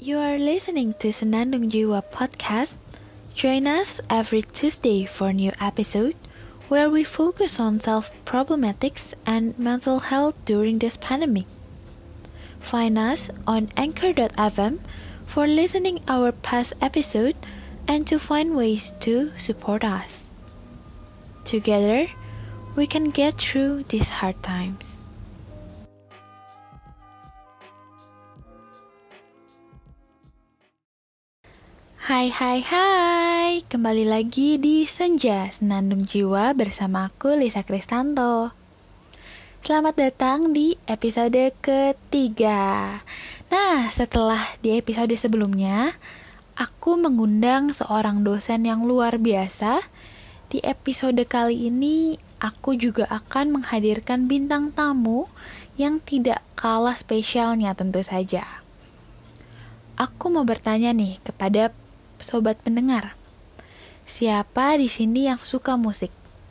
You are listening to Senandung Jiwa podcast. Join us every Tuesday for a new episode where we focus on self-problematics and mental health during this pandemic. Find us on anchor.fm for listening our past episode and to find ways to support us. Together, we can get through these hard times. Hai, kembali lagi di Senja Senandung Jiwa bersama aku Lisa Kristanto. Selamat datang di episode ketiga. Nah, setelah di episode sebelumnya, aku mengundang seorang dosen yang luar biasa. Di episode kali ini, aku juga akan menghadirkan bintang tamu yang tidak kalah spesialnya tentu saja. Aku mau bertanya nih kepada sobat pendengar, siapa di sini yang suka musik?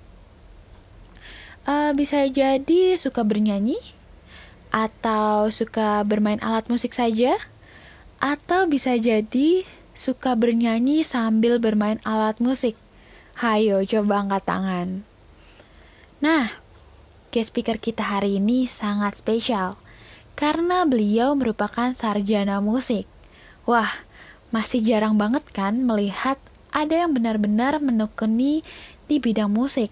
Bisa jadi suka bernyanyi, atau suka bermain alat musik saja, atau bisa jadi suka bernyanyi sambil bermain alat musik. Hayo, coba angkat tangan. Nah, guest speaker kita hari ini sangat spesial, karena beliau merupakan sarjana musik. Wah, masih jarang banget kan melihat ada yang benar-benar menekuni di bidang musik.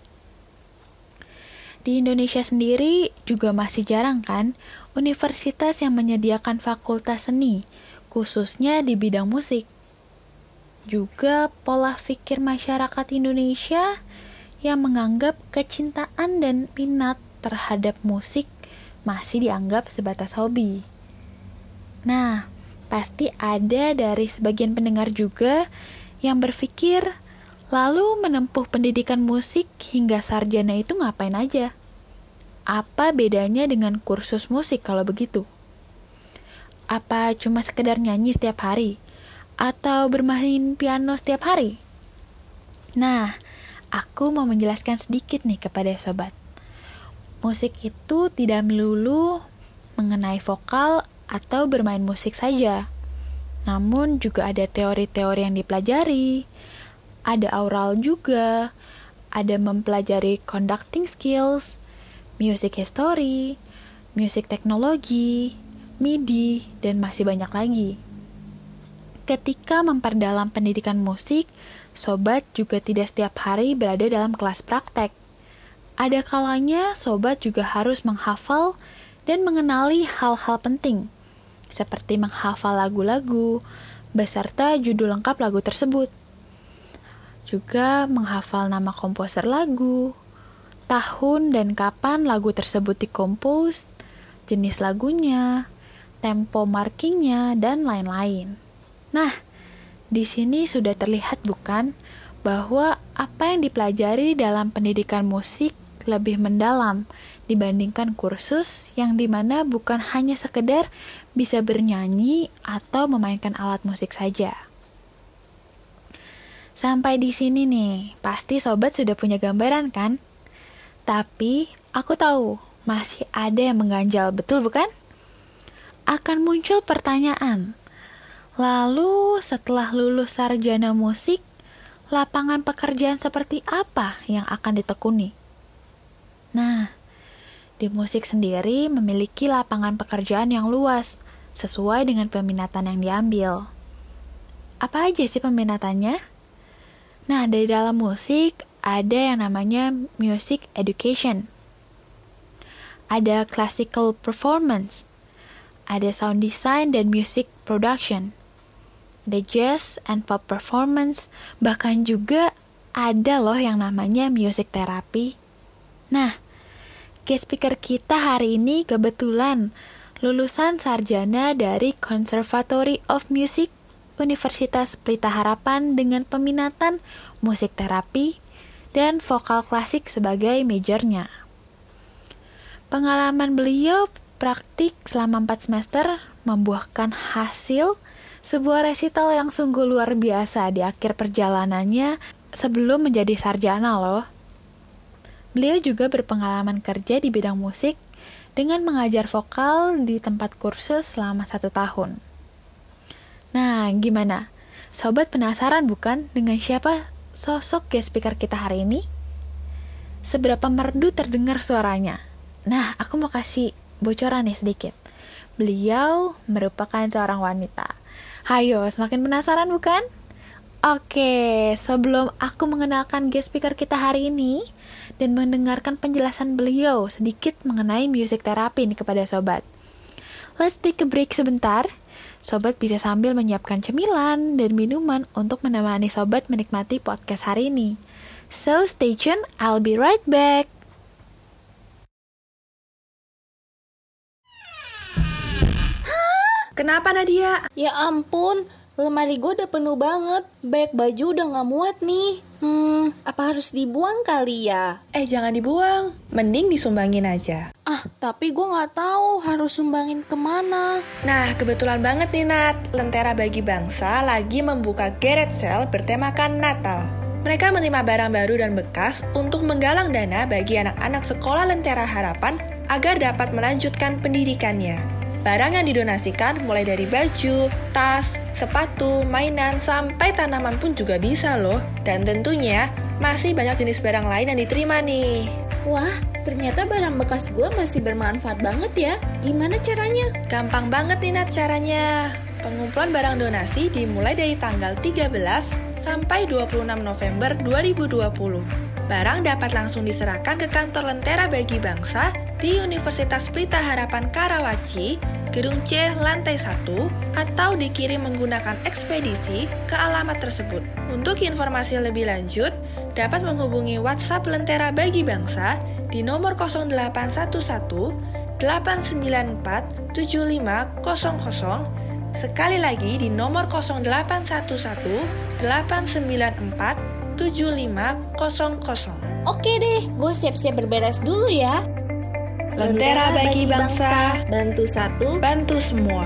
Di Indonesia sendiri juga masih jarang kan universitas yang menyediakan fakultas seni, khususnya di bidang musik. Juga pola pikir masyarakat Indonesia yang menganggap kecintaan dan minat terhadap musik masih dianggap sebatas hobi. Nah, pasti ada dari sebagian pendengar juga yang berpikir, lalu menempuh pendidikan musik hingga sarjana itu ngapain aja? Apa bedanya dengan kursus musik kalau begitu? Apa cuma sekedar nyanyi setiap hari? Atau bermain piano setiap hari? Nah, aku mau menjelaskan sedikit nih kepada sobat. Musik itu tidak melulu mengenai vokal atau bermain musik saja. Namun juga ada teori-teori yang dipelajari, ada aural juga, ada mempelajari conducting skills, music history, music teknologi, MIDI, dan masih banyak lagi. Ketika memperdalam pendidikan musik, sobat juga tidak setiap hari berada dalam kelas praktek. Ada kalanya sobat juga harus menghafal dan mengenali hal-hal penting, seperti menghafal lagu-lagu, beserta judul lengkap lagu tersebut. Juga menghafal nama komposer lagu, tahun dan kapan lagu tersebut dikompos, jenis lagunya, tempo markingnya, dan lain-lain. Nah, di sini sudah terlihat bukan bahwa apa yang dipelajari dalam pendidikan musik lebih mendalam dibandingkan kursus yang dimana bukan hanya sekedar bisa bernyanyi atau memainkan alat musik saja. Sampai di sini nih, pasti sobat sudah punya gambaran kan? Tapi aku tahu masih ada yang mengganjal, betul bukan? Akan muncul pertanyaan, lalu setelah lulus sarjana musik, lapangan pekerjaan seperti apa yang akan ditekuni? Nah, di musik sendiri memiliki lapangan pekerjaan yang luas, sesuai dengan peminatan yang diambil. Apa aja sih peminatannya? Nah, dari dalam musik, ada yang namanya music education. Ada classical performance. Ada sound design dan music production. Ada jazz and pop performance. Bahkan juga ada loh yang namanya music therapy. Nah, guest speaker kita hari ini kebetulan lulusan sarjana dari Conservatory of Music Universitas Pelita Harapan dengan peminatan musik terapi dan vokal klasik sebagai majornya. Pengalaman beliau praktik selama 4 semester membuahkan hasil sebuah resital yang sungguh luar biasa di akhir perjalanannya sebelum menjadi sarjana loh. Beliau juga berpengalaman kerja di bidang musik dengan mengajar vokal di tempat kursus selama 1 tahun. Nah, gimana? Sobat penasaran bukan dengan siapa sosok guest speaker kita hari ini? Seberapa merdu terdengar suaranya? Nah, aku mau kasih bocoran nih sedikit. Beliau merupakan seorang wanita. Hayo, semakin penasaran bukan? Oke, sebelum aku mengenalkan guest speaker kita hari ini dan mendengarkan penjelasan beliau sedikit mengenai music therapy nih kepada sobat. Let's take a break sebentar. Sobat bisa sambil menyiapkan cemilan dan minuman untuk menemani sobat menikmati podcast hari ini. So stay tuned, I'll be right back. Kenapa Nadia? Ya ampun, lemari gue udah penuh banget. Bag baju udah gak muat nih. Apa harus dibuang kali ya? Jangan dibuang, mending disumbangin aja. Tapi gue gak tahu harus sumbangin kemana. Nah, kebetulan banget nih Nat, Lentera Bagi Bangsa lagi membuka garage sale bertemakan Natal. Mereka menerima barang baru dan bekas untuk menggalang dana bagi anak-anak sekolah Lentera Harapan agar dapat melanjutkan pendidikannya. Barang yang didonasikan mulai dari baju, tas, sepatu, mainan, sampai tanaman pun juga bisa loh. Dan tentunya masih banyak jenis barang lain yang diterima nih. Wah, ternyata barang bekas gue masih bermanfaat banget ya. Gimana caranya? Gampang banget nih Nat caranya. Pengumpulan barang donasi dimulai dari tanggal 13 sampai 26 November 2020. Barang dapat langsung diserahkan ke kantor Lentera Bagi Bangsa di Universitas Pelita Harapan Karawaci, Gedung C, lantai 1, atau dikirim menggunakan ekspedisi ke alamat tersebut. Untuk informasi lebih lanjut, dapat menghubungi WhatsApp Lentera Bagi Bangsa di nomor 0811 894 7500. Sekali lagi di nomor 0811 894 7500. Oke deh, gue siap-siap berberes dulu ya. Lentera Bagi Bangsa, bantu satu, bantu semua.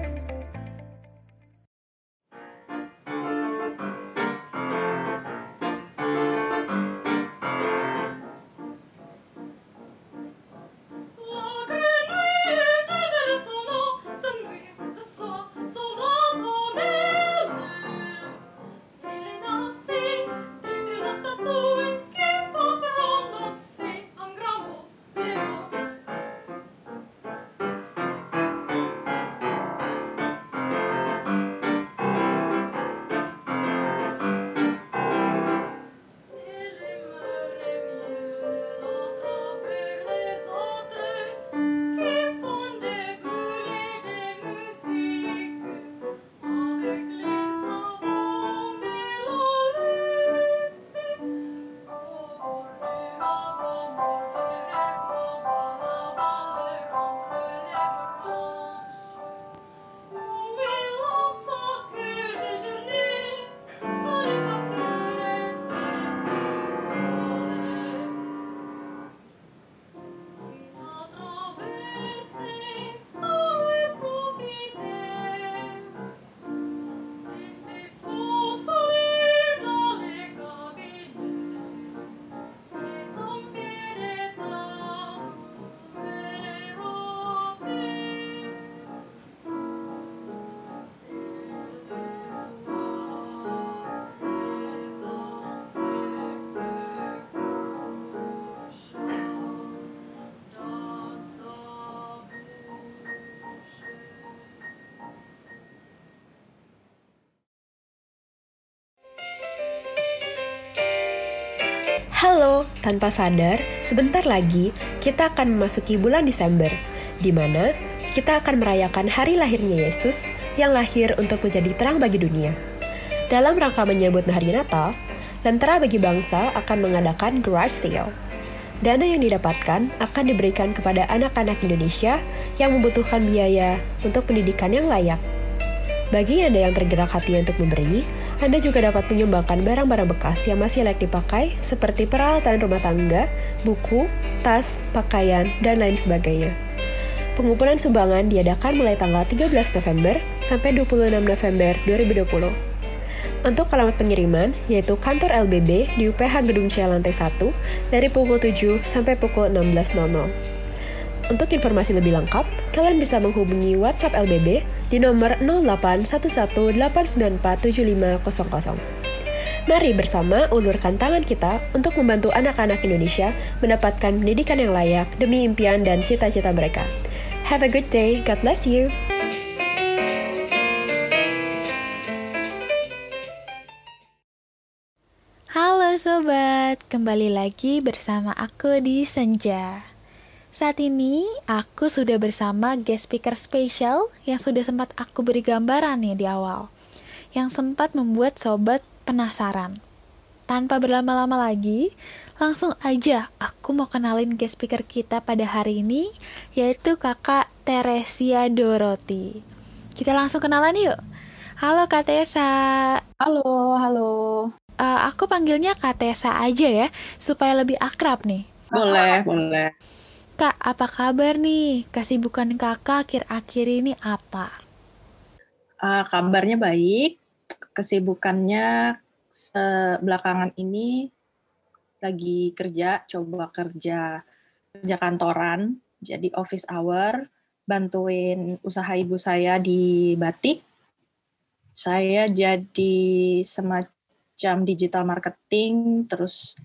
Halo, tanpa sadar, sebentar lagi kita akan memasuki bulan Desember, di mana kita akan merayakan hari lahirnya Yesus yang lahir untuk menjadi terang bagi dunia. Dalam rangka menyambut hari Natal, Lentera Bagi Bangsa akan mengadakan garage sale. Dana yang didapatkan akan diberikan kepada anak-anak Indonesia yang membutuhkan biaya untuk pendidikan yang layak. Bagi Anda yang tergerak hati untuk memberi, Anda juga dapat menyumbangkan barang-barang bekas yang masih layak dipakai seperti peralatan rumah tangga, buku, tas, pakaian, dan lain sebagainya. Pengumpulan sumbangan diadakan mulai tanggal 13 November sampai 26 November 2020. Untuk alamat pengiriman, yaitu kantor LBB di UPH Gedung C lantai 1 dari pukul 7 sampai pukul 16.00. Untuk informasi lebih lengkap, kalian bisa menghubungi WhatsApp LBB di nomor 081189475000. Mari bersama ulurkan tangan kita untuk membantu anak-anak Indonesia mendapatkan pendidikan yang layak demi impian dan cita-cita mereka. Have a good day. God bless you. Halo sobat, kembali lagi bersama aku di Senja. Saat ini aku sudah bersama guest speaker spesial yang sudah sempat aku beri gambaran nih di awal, yang sempat membuat sobat penasaran. Tanpa berlama-lama lagi, langsung aja aku mau kenalin guest speaker kita pada hari ini, yaitu Kakak Teresia Dorothy. Kita langsung kenalan yuk. Halo Kak Tessa. Halo. Aku panggilnya Kak Tessa aja ya, supaya lebih akrab nih. Boleh. Kak, apa kabar nih? Kesibukan kakak akhir-akhir ini apa? Kabarnya baik. Kesibukannya belakangan ini lagi coba kerja kantoran, jadi office hour, bantuin usaha ibu saya di batik. Saya jadi semacam digital marketing, terus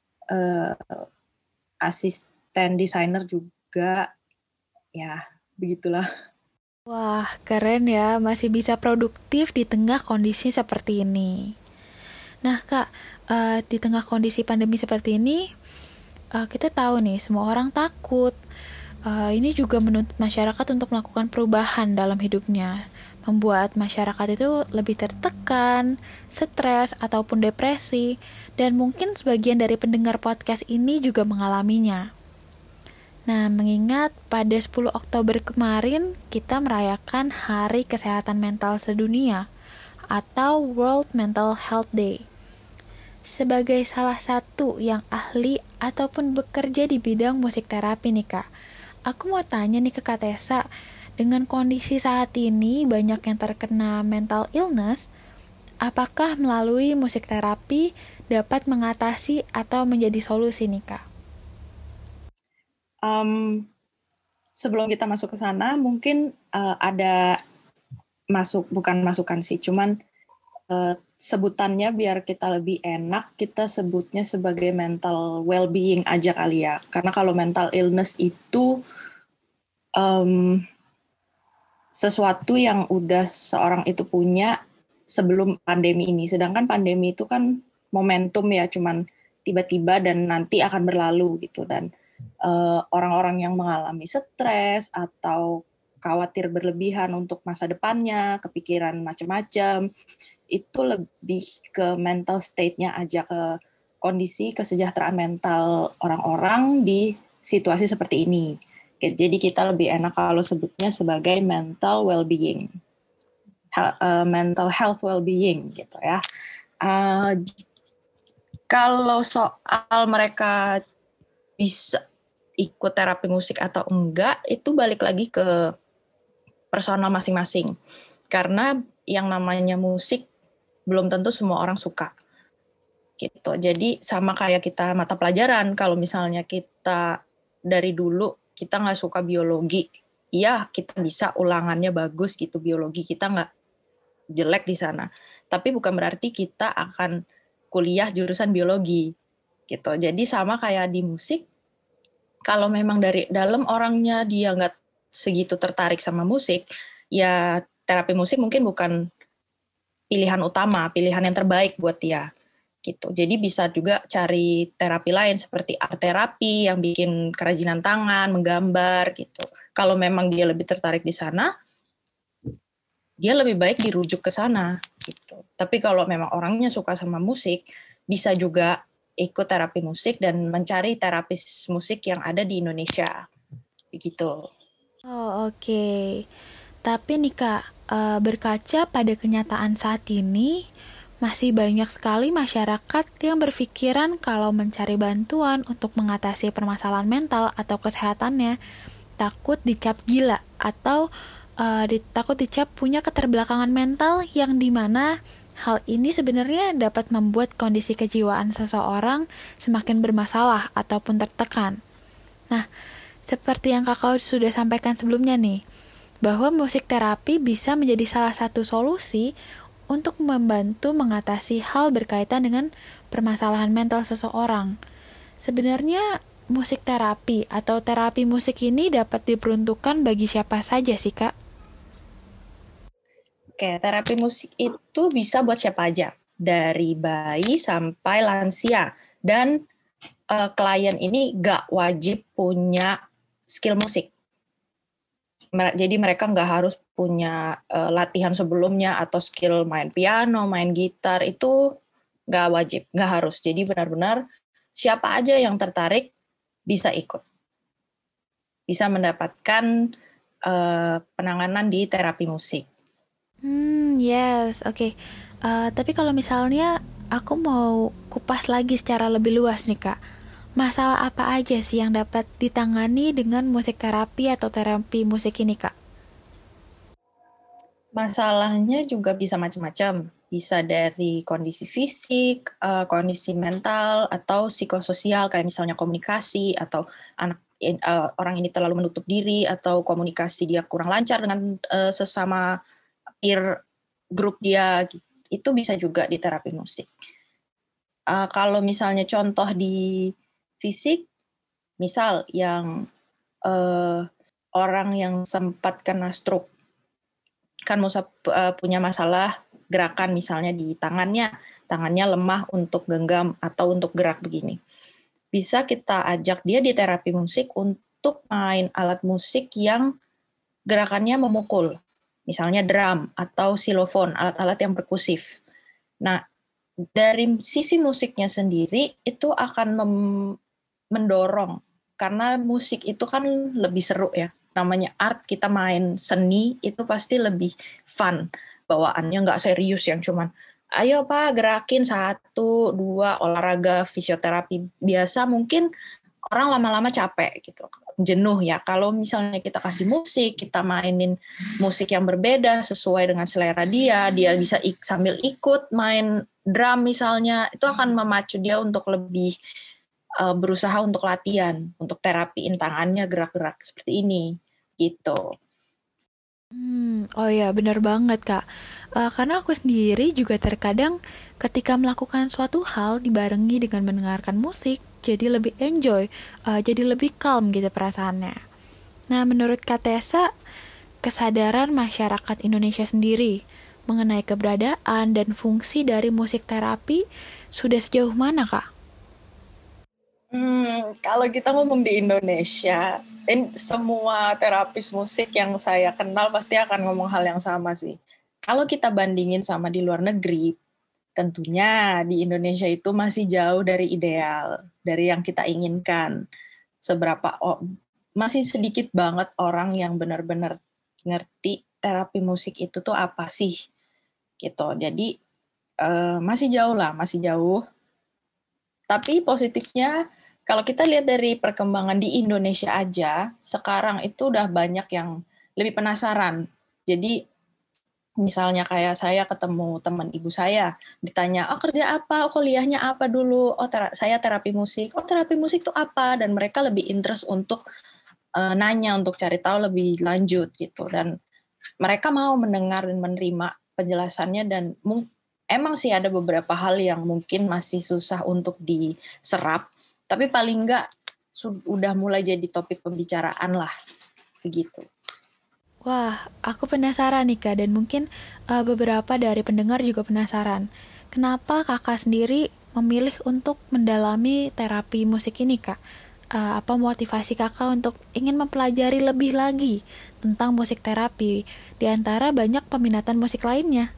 asisten desainer juga, ya begitulah. Wah, keren ya, masih bisa produktif di tengah kondisi seperti ini. Nah Kak, di tengah kondisi pandemi seperti ini, kita tahu nih, semua orang takut. Ini juga menuntut masyarakat untuk melakukan perubahan dalam hidupnya, membuat masyarakat itu lebih tertekan, stres, ataupun depresi, dan mungkin sebagian dari pendengar podcast ini juga mengalaminya. Nah, mengingat pada 10 Oktober kemarin kita merayakan Hari Kesehatan Mental Sedunia atau World Mental Health Day. Sebagai salah satu yang ahli ataupun bekerja di bidang musik terapi nih Kak, aku mau tanya nih ke Kak Tessa, dengan kondisi saat ini banyak yang terkena mental illness, apakah melalui musik terapi dapat mengatasi atau menjadi solusi nih Kak? Sebelum kita masuk ke sana, mungkin ada bukan masukan sih, cuman sebutannya biar kita lebih enak, kita sebutnya sebagai mental well-being aja kali ya. Karena kalau mental illness itu sesuatu yang udah seorang itu punya sebelum pandemi ini. Sedangkan pandemi itu kan momentum ya, cuman tiba-tiba dan nanti akan berlalu gitu. Dan orang-orang yang mengalami stres atau khawatir berlebihan untuk masa depannya, kepikiran macam-macam, itu lebih ke mental state-nya aja, ke kondisi kesejahteraan mental orang-orang di situasi seperti ini. Jadi kita lebih enak kalau sebutnya sebagai mental well-being, mental health well-being gitu ya. Kalau soal mereka bisa ikut terapi musik atau enggak, itu balik lagi ke personal masing-masing. Karena yang namanya musik belum tentu semua orang suka. Gitu. Jadi sama kayak kita mata pelajaran, kalau misalnya kita dari dulu kita nggak suka biologi, iya kita bisa ulangannya bagus gitu, biologi kita nggak jelek di sana. Tapi bukan berarti kita akan kuliah jurusan biologi gitu. Jadi sama kayak di musik, kalau memang dari dalam orangnya dia nggak segitu tertarik sama musik, ya terapi musik mungkin bukan pilihan utama, pilihan yang terbaik buat dia. Gitu. Jadi bisa juga cari terapi lain seperti art terapi yang bikin kerajinan tangan, menggambar gitu. Kalau memang dia lebih tertarik di sana, dia lebih baik dirujuk ke sana gitu. Tapi kalau memang orangnya suka sama musik, bisa juga ikut terapi musik dan mencari terapis musik yang ada di Indonesia. Begitu. Oh, oke. Tapi nih Kak, berkaca pada kenyataan saat ini, masih banyak sekali masyarakat yang berpikiran kalau mencari bantuan untuk mengatasi permasalahan mental atau kesehatannya takut dicap gila atau takut dicap punya keterbelakangan mental, yang dimana hal ini sebenarnya dapat membuat kondisi kejiwaan seseorang semakin bermasalah ataupun tertekan. Nah, seperti yang kakak sudah sampaikan sebelumnya nih, bahwa musik terapi bisa menjadi salah satu solusi untuk membantu mengatasi hal berkaitan dengan permasalahan mental seseorang. Sebenarnya musik terapi atau terapi musik ini dapat diperuntukkan bagi siapa saja sih, Kak? Oke, terapi musik itu bisa buat siapa aja, dari bayi sampai lansia. Dan klien ini gak wajib punya skill musik. Jadi mereka nggak harus punya latihan sebelumnya atau skill main piano, main gitar, itu nggak wajib, nggak harus. Jadi benar-benar siapa aja yang tertarik bisa ikut. Bisa mendapatkan penanganan di terapi musik. Yes, oke. Tapi kalau misalnya aku mau kupas lagi secara lebih luas nih, Kak. Masalah apa aja sih yang dapat ditangani dengan musik terapi atau terapi musik ini, Kak? Masalahnya juga bisa macam-macam. Bisa dari kondisi fisik, kondisi mental, atau psikososial, kayak misalnya komunikasi, atau orang ini terlalu menutup diri, atau komunikasi dia kurang lancar dengan sesama peer group dia. Itu bisa juga di terapi musik. Kalau misalnya contoh di fisik, misal yang orang yang sempat kena stroke, kan punya masalah gerakan misalnya di tangannya lemah untuk genggam atau untuk gerak begini. Bisa kita ajak dia di terapi musik untuk main alat musik yang gerakannya memukul, misalnya drum atau xylophone, alat-alat yang perkusif. Nah, dari sisi musiknya sendiri itu akan mendorong, karena musik itu kan lebih seru ya. Namanya art, kita main seni itu pasti lebih fun bawaannya, nggak serius yang cuman ayo Pak gerakin 1, 2 olahraga fisioterapi biasa, mungkin orang lama-lama capek gitu, jenuh ya. Kalau misalnya kita kasih musik, kita mainin musik yang berbeda sesuai dengan selera dia bisa sambil ikut main drum misalnya, itu akan memacu dia untuk lebih berusaha untuk latihan, untuk terapiin tangannya gerak-gerak seperti ini. Gitu. Oh ya, benar banget, Kak. Karena aku sendiri juga terkadang ketika melakukan suatu hal dibarengi dengan mendengarkan musik, jadi lebih enjoy, jadi lebih calm gitu perasaannya. Nah, menurut Kak Tessa, kesadaran masyarakat Indonesia sendiri mengenai keberadaan dan fungsi dari musik terapi sudah sejauh mana, Kak? Kalau kita ngomong di Indonesia, semua terapis musik yang saya kenal pasti akan ngomong hal yang sama sih. Kalau kita bandingin sama di luar negeri, tentunya di Indonesia itu masih jauh dari ideal, dari yang kita inginkan. Masih sedikit banget orang yang benar-benar ngerti terapi musik itu tuh apa sih, gitu. Jadi masih jauh lah, masih jauh. Tapi positifnya, kalau kita lihat dari perkembangan di Indonesia aja, sekarang itu udah banyak yang lebih penasaran. Jadi misalnya kayak saya ketemu teman ibu saya, ditanya, oh kerja apa, oh kuliahnya apa dulu, oh saya terapi musik, oh terapi musik itu apa, dan mereka lebih interest untuk nanya, untuk cari tahu lebih lanjut gitu. Dan mereka mau mendengar dan menerima penjelasannya, dan emang sih ada beberapa hal yang mungkin masih susah untuk diserap, tapi paling enggak udah mulai jadi topik pembicaraan lah, begitu. Wah, aku penasaran nih Kak, dan mungkin beberapa dari pendengar juga penasaran. Kenapa Kakak sendiri memilih untuk mendalami terapi musik ini, Kak? Apa motivasi Kakak untuk ingin mempelajari lebih lagi tentang musik terapi, di antara banyak peminatan musik lainnya?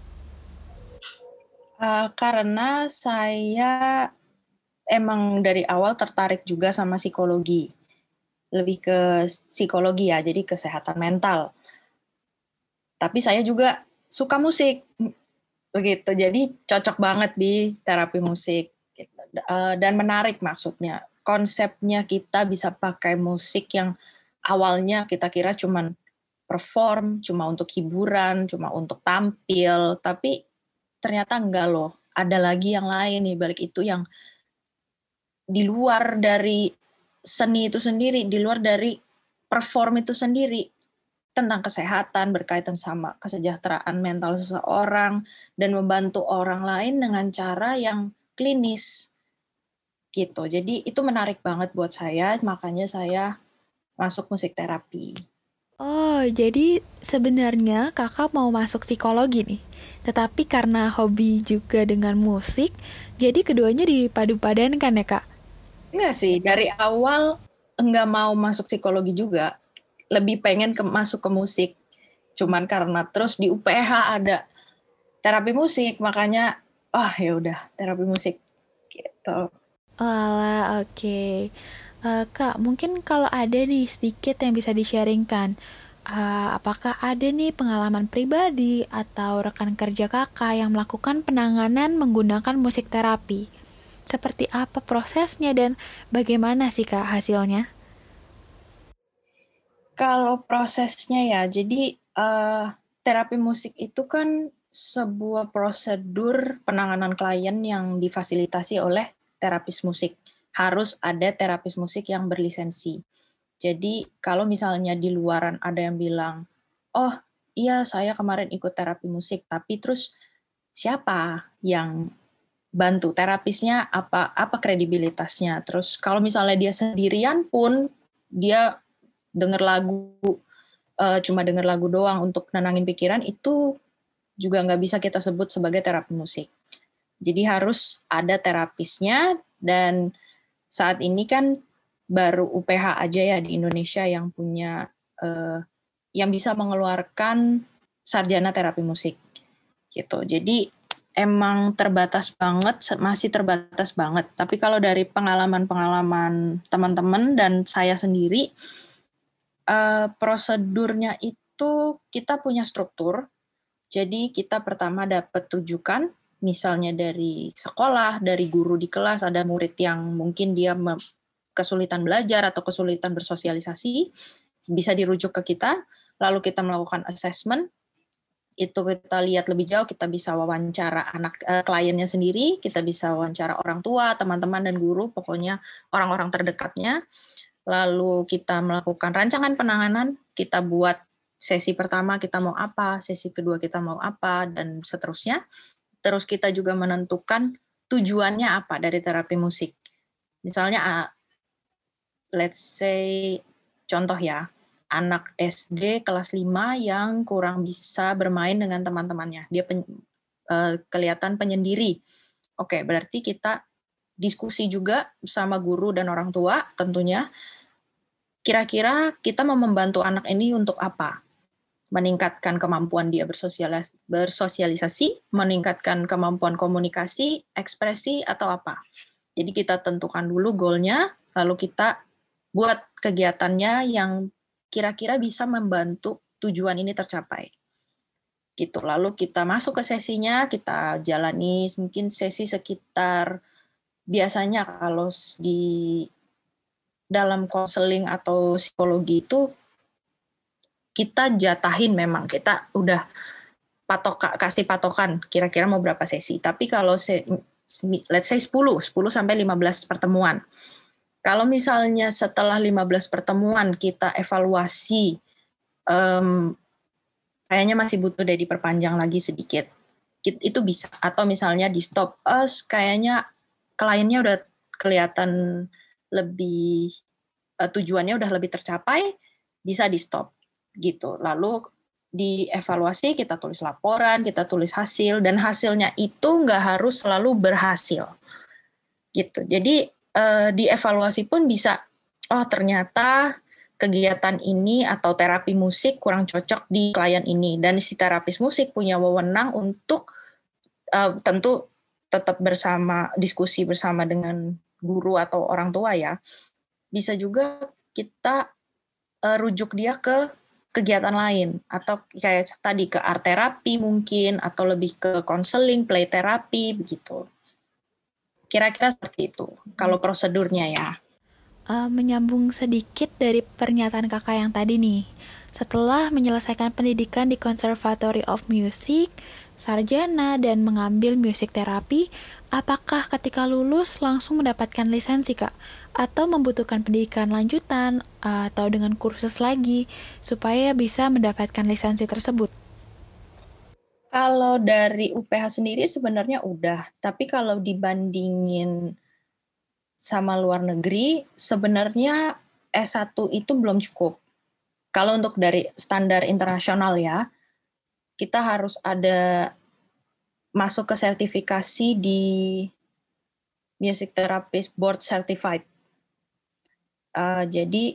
Karena saya emang dari awal tertarik juga sama psikologi. Lebih ke psikologi ya, jadi kesehatan mental. Tapi saya juga suka musik, begitu. Jadi cocok banget di terapi musik. Dan menarik maksudnya. Konsepnya kita bisa pakai musik yang awalnya kita kira cuman perform, cuma untuk hiburan, cuma untuk tampil, tapi ternyata enggak loh, ada lagi yang lain nih balik itu, yang di luar dari seni itu sendiri, di luar dari perform itu sendiri. tentang kesehatan, berkaitan sama kesejahteraan mental seseorang, dan membantu orang lain dengan cara yang klinis gitu. Jadi itu menarik banget buat saya, makanya saya masuk musik terapi. Oh, jadi sebenarnya kakak mau masuk psikologi nih. Tetapi karena hobi juga dengan musik, jadi keduanya dipadu-padankan ya kak? Enggak sih, dari awal enggak mau masuk psikologi juga, lebih pengen masuk ke musik. Cuman karena terus di UPH ada terapi musik, makanya ya udah terapi musik gitu. Alah, oke. Kak, mungkin kalau ada nih sedikit yang bisa di-sharingkan, apakah ada nih pengalaman pribadi atau rekan kerja kakak yang melakukan penanganan menggunakan musik terapi? Seperti apa prosesnya dan bagaimana sih kak hasilnya? Kalau prosesnya ya, jadi terapi musik itu kan sebuah prosedur penanganan klien yang difasilitasi oleh terapis musik. Harus ada terapis musik yang berlisensi. Jadi kalau misalnya di luaran ada yang bilang, oh iya saya kemarin ikut terapi musik, tapi terus siapa yang bantu terapisnya, apa kredibilitasnya? Terus kalau misalnya dia sendirian pun, dia denger lagu, cuma denger lagu doang untuk nenangin pikiran, itu juga nggak bisa kita sebut sebagai terapi musik. Jadi harus ada terapisnya, dan saat ini kan baru UPH aja ya di Indonesia yang punya, yang bisa mengeluarkan sarjana terapi musik gitu. Jadi emang terbatas banget, masih terbatas banget. Tapi kalau dari pengalaman-pengalaman teman-teman dan saya sendiri, prosedurnya itu kita punya struktur. Jadi kita pertama dapat rujukan, misalnya dari sekolah, dari guru di kelas, ada murid yang mungkin dia kesulitan belajar atau kesulitan bersosialisasi, bisa dirujuk ke kita, lalu kita melakukan assessment, itu kita lihat lebih jauh, kita bisa wawancara kliennya sendiri, kita bisa wawancara orang tua, teman-teman dan guru, pokoknya orang-orang terdekatnya. Lalu kita melakukan rancangan penanganan, kita buat sesi pertama kita mau apa, sesi kedua kita mau apa, dan seterusnya. Terus kita juga menentukan tujuannya apa dari terapi musik. Misalnya, let's say, contoh ya, anak SD kelas 5 yang kurang bisa bermain dengan teman-temannya. Dia kelihatan penyendiri. Oke, berarti kita diskusi juga sama guru dan orang tua tentunya. Kira-kira kita mau membantu anak ini untuk apa? Meningkatkan kemampuan dia bersosialisasi, meningkatkan kemampuan komunikasi, ekspresi, atau apa. Jadi kita tentukan dulu goalnya, lalu kita buat kegiatannya yang kira-kira bisa membantu tujuan ini tercapai. Gitu. Lalu kita masuk ke sesinya, kita jalani mungkin sesi sekitar, biasanya kalau di dalam konseling atau psikologi itu kita jatahin, memang kita udah kasih patokan kira-kira mau berapa sesi. Tapi kalau let's say 10 sampai 15 pertemuan. Kalau misalnya setelah 15 pertemuan kita evaluasi, kayaknya masih butuh diperpanjang lagi sedikit, itu bisa. Atau misalnya di stop, kayaknya kliennya udah kelihatan lebih, tujuannya udah lebih tercapai, bisa di stop gitu. Lalu dievaluasi, kita tulis laporan, kita tulis hasil, dan hasilnya itu nggak harus selalu berhasil gitu. Jadi dievaluasi pun bisa, ternyata kegiatan ini atau terapi musik kurang cocok di klien ini, dan si terapis musik punya wewenang untuk tentu tetap diskusi bersama dengan guru atau orang tua ya. Bisa juga kita rujuk dia ke kegiatan lain, atau kayak tadi ke art terapi mungkin, atau lebih ke konseling, play terapi begitu. Kira-kira seperti itu kalau prosedurnya ya. Menyambung sedikit dari pernyataan kakak yang tadi nih. Setelah menyelesaikan pendidikan di Conservatory of Music, sarjana, dan mengambil musik terapi, apakah ketika lulus langsung mendapatkan lisensi, Kak? Atau membutuhkan pendidikan lanjutan atau dengan kursus lagi supaya bisa mendapatkan lisensi tersebut? Kalau dari UPH sendiri sebenarnya udah, tapi kalau dibandingin sama luar negeri, sebenarnya S1 itu belum cukup. Kalau untuk dari standar internasional ya, kita harus ada masuk ke sertifikasi di Music Therapist Board Certified. Jadi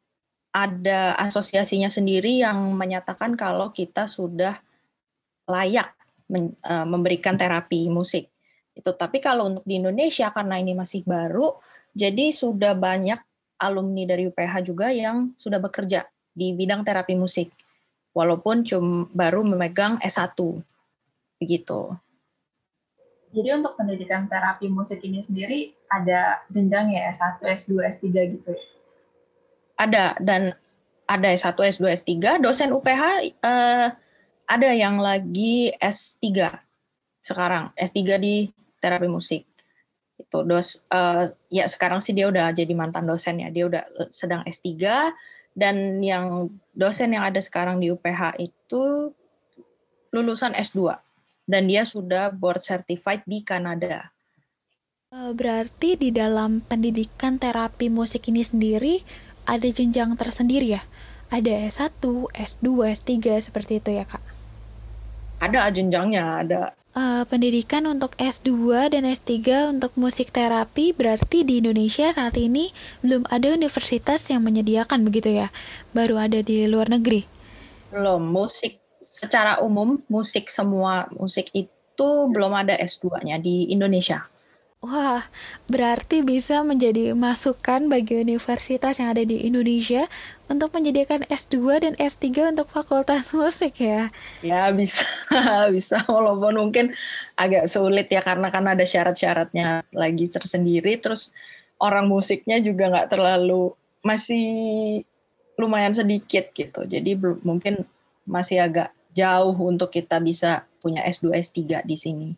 ada asosiasinya sendiri yang menyatakan kalau kita sudah layak memberikan terapi musik. Itu. Tapi kalau untuk di Indonesia karena ini masih baru, jadi sudah banyak alumni dari UPH juga yang sudah bekerja di bidang terapi musik, walaupun baru memegang S1, begitu. Jadi untuk pendidikan terapi musik ini sendiri ada jenjang ya, S1, S2, S3 gitu ya? Ada, dan ada S1, S2, S3. Dosen UPH ada yang lagi S3 sekarang, S3 di terapi musik. Itu ya sekarang sih dia udah jadi mantan dosen ya, dia udah sedang S3, dan yang dosen yang ada sekarang di UPH itu lulusan S2 dan dia sudah board certified di Kanada. Berarti di dalam pendidikan terapi musik ini sendiri ada jenjang tersendiri ya? Ada S1, S2, S3 seperti itu ya, Kak? Ada jenjangnya, ada. Pendidikan untuk S2 dan S3 untuk musik terapi berarti di Indonesia saat ini belum ada universitas yang menyediakan begitu ya? Baru ada di luar negeri? Belum, musik secara umum, semua musik itu belum ada S2-nya di Indonesia. Wah, berarti bisa menjadi masukan bagi universitas yang ada di Indonesia untuk menyediakan S2 dan S3 untuk fakultas musik ya? Ya, bisa. Bisa, walaupun mungkin agak sulit ya, karena kan ada syarat-syaratnya lagi tersendiri, terus orang musiknya juga nggak terlalu, masih lumayan sedikit gitu. Jadi mungkin masih agak jauh untuk kita bisa punya S2, S3 di sini.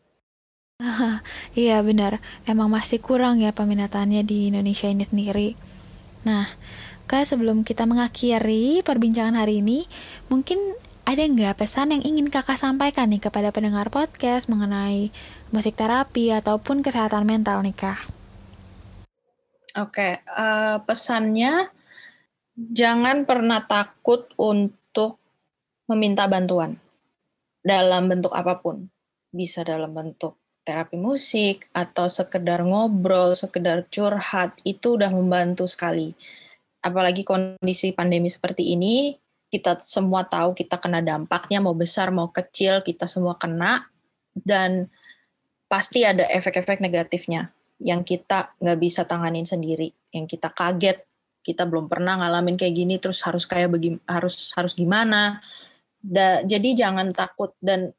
Iya benar, emang masih kurang ya peminatannya di Indonesia ini sendiri. Nah, Kak, sebelum kita mengakhiri perbincangan hari ini, mungkin ada nggak pesan yang ingin Kakak sampaikan nih kepada pendengar podcast mengenai musik terapi ataupun kesehatan mental nih, Kak? Oke, pesannya jangan pernah takut untuk meminta bantuan dalam bentuk apapun. Bisa dalam bentuk terapi musik atau sekedar ngobrol, sekedar curhat, itu udah membantu sekali. Apalagi kondisi pandemi seperti ini, kita semua tahu kita kena dampaknya, mau besar mau kecil, kita semua kena, dan pasti ada efek-efek negatifnya yang kita nggak bisa tanganin sendiri, yang kita kaget, kita belum pernah ngalamin kayak gini, terus harus harus gimana. Jadi jangan takut dan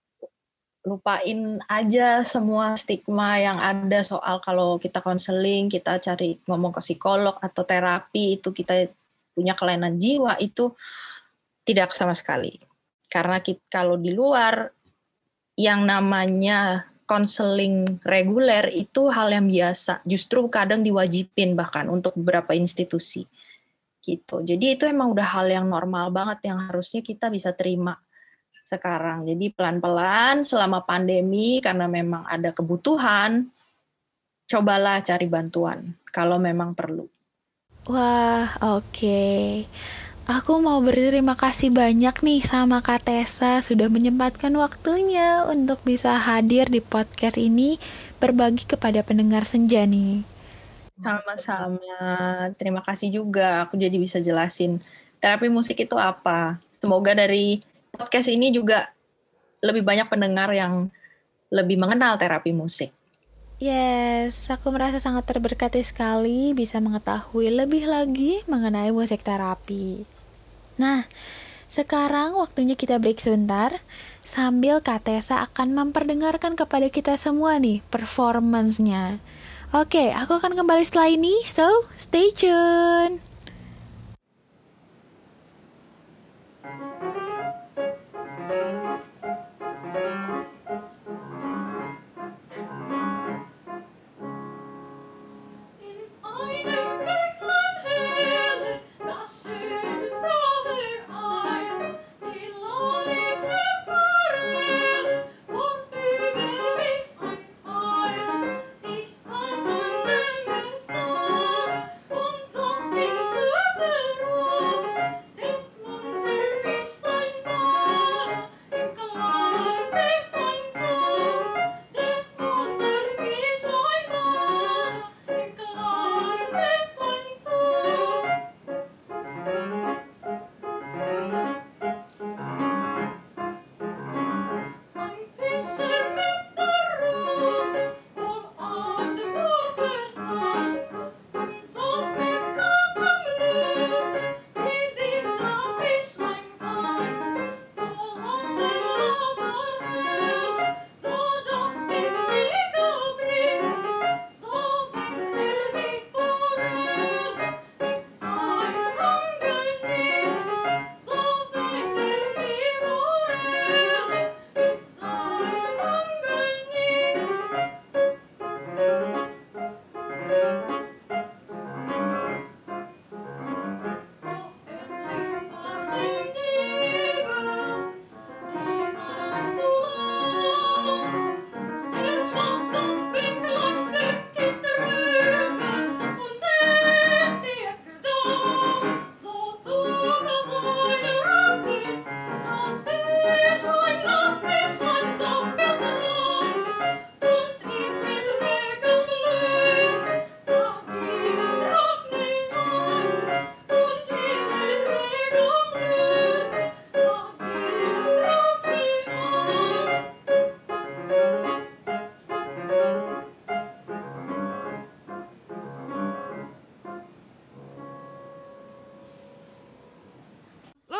lupain aja semua stigma yang ada soal kalau kita konseling, kita cari ngomong ke psikolog atau terapi, itu kita punya kelainan jiwa, itu tidak sama sekali. Karena kalau di luar, yang namanya konseling reguler itu hal yang biasa, justru kadang diwajibin bahkan untuk beberapa institusi. Gitu. Jadi itu emang udah hal yang normal banget yang harusnya kita bisa terima sekarang. Jadi pelan-pelan selama pandemi, karena memang ada kebutuhan, cobalah cari bantuan kalau memang perlu. Wah, oke. Aku mau berterima kasih banyak nih sama Kak Tessa sudah menyempatkan waktunya untuk bisa hadir di podcast ini berbagi kepada pendengar senja nih. Sama-sama. Terima kasih juga. Aku jadi bisa jelasin terapi musik itu apa. Semoga dari podcast ini juga lebih banyak pendengar yang lebih mengenal terapi musik. Yes, aku merasa sangat terberkati sekali bisa mengetahui lebih lagi mengenai musik terapi. Nah, sekarang waktunya kita break sebentar sambil Kak Tessa akan memperdengarkan kepada kita semua nih performance-nya. Oke, aku akan kembali setelah ini, so stay tune.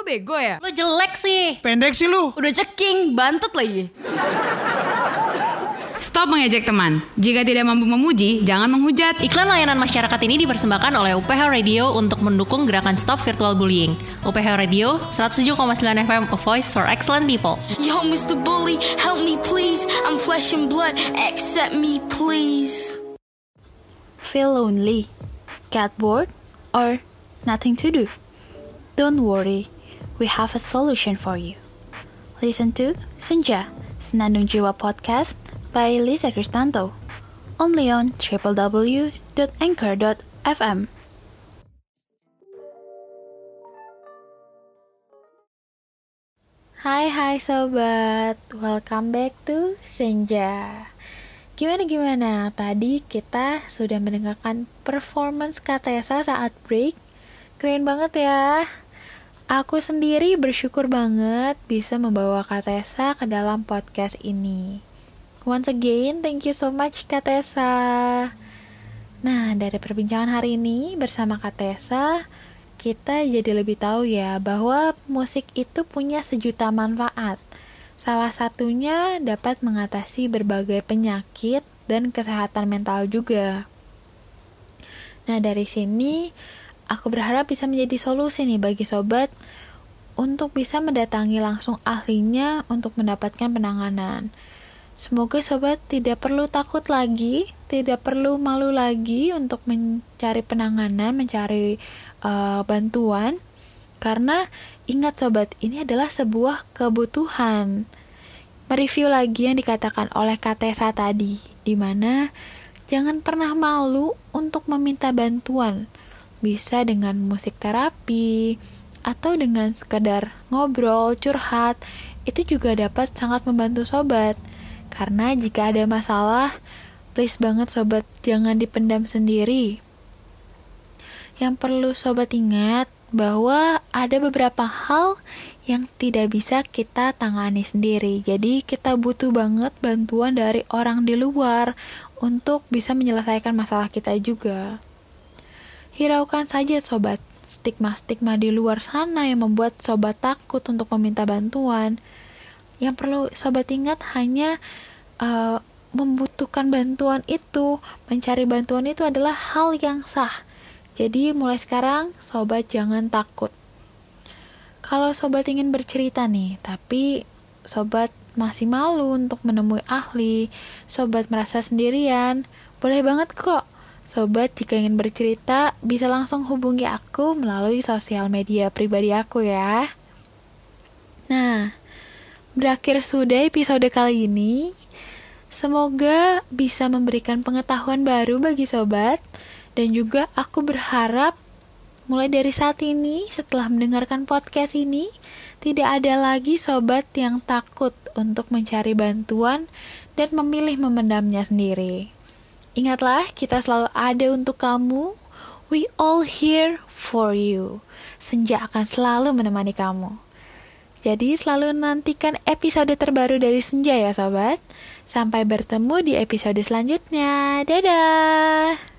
Lo bego ya? Lo jelek sih. Pendek sih lu. Udah ceking, bantet lagi. Stop mengejek teman. Jika tidak mampu memuji, jangan menghujat. Iklan layanan masyarakat ini dipersembahkan oleh UPH Radio untuk mendukung gerakan Stop Virtual Bullying. UPH Radio, 107,9 FM, a voice for excellent people. Yo, Mr. Bully, help me please. I'm flesh and blood, accept me please. Feel lonely, get bored, or nothing to do? Don't worry, we have a solution for you. Listen to Senja, Senandung Jiwa Podcast by Lisa Kristanto, only on www.anchor.fm. Hai sobat, welcome back to Senja. Gimana? Tadi kita sudah mendengarkan performance Katesa saat break. Keren banget ya. Aku sendiri bersyukur banget bisa membawa Katesa ke dalam podcast ini. Once again, thank you so much Katesa. Nah, dari perbincangan hari ini bersama Katesa, kita jadi lebih tahu ya bahwa musik itu punya sejuta manfaat. Salah satunya dapat mengatasi berbagai penyakit dan kesehatan mental juga. Nah, dari sini aku berharap bisa menjadi solusi nih bagi sobat untuk bisa mendatangi langsung ahlinya untuk mendapatkan penanganan. Semoga sobat tidak perlu takut lagi, tidak perlu malu lagi untuk mencari penanganan, mencari bantuan. Karena ingat sobat, ini adalah sebuah kebutuhan. Mereview lagi yang dikatakan oleh Katesa tadi, di mana jangan pernah malu untuk meminta bantuan. Bisa dengan musik terapi, atau dengan sekedar ngobrol, curhat, itu juga dapat sangat membantu sobat. Karena jika ada masalah, please banget sobat, jangan dipendam sendiri. Yang perlu sobat ingat bahwa ada beberapa hal yang tidak bisa kita tangani sendiri. Jadi kita butuh banget bantuan dari orang di luar untuk bisa menyelesaikan masalah kita juga. Hiraukan saja sobat, stigma-stigma di luar sana yang membuat sobat takut untuk meminta bantuan. Yang perlu sobat ingat hanya membutuhkan bantuan itu, mencari bantuan itu adalah hal yang sah. Jadi mulai sekarang sobat jangan takut. Kalau sobat ingin bercerita nih, tapi sobat masih malu untuk menemui ahli, sobat merasa sendirian, boleh banget kok. Sobat jika ingin bercerita bisa langsung hubungi aku melalui sosial media pribadi aku ya. Nah, berakhir sudah episode kali ini. Semoga bisa memberikan pengetahuan baru bagi sobat. Dan juga aku berharap mulai dari saat ini, setelah mendengarkan podcast ini, tidak ada lagi sobat yang takut untuk mencari bantuan dan memilih memendamnya sendiri. Ingatlah, kita selalu ada untuk kamu. We all here for you. Senja akan selalu menemani kamu. Jadi selalu nantikan episode terbaru dari Senja ya sobat. Sampai bertemu di episode selanjutnya. Dadah!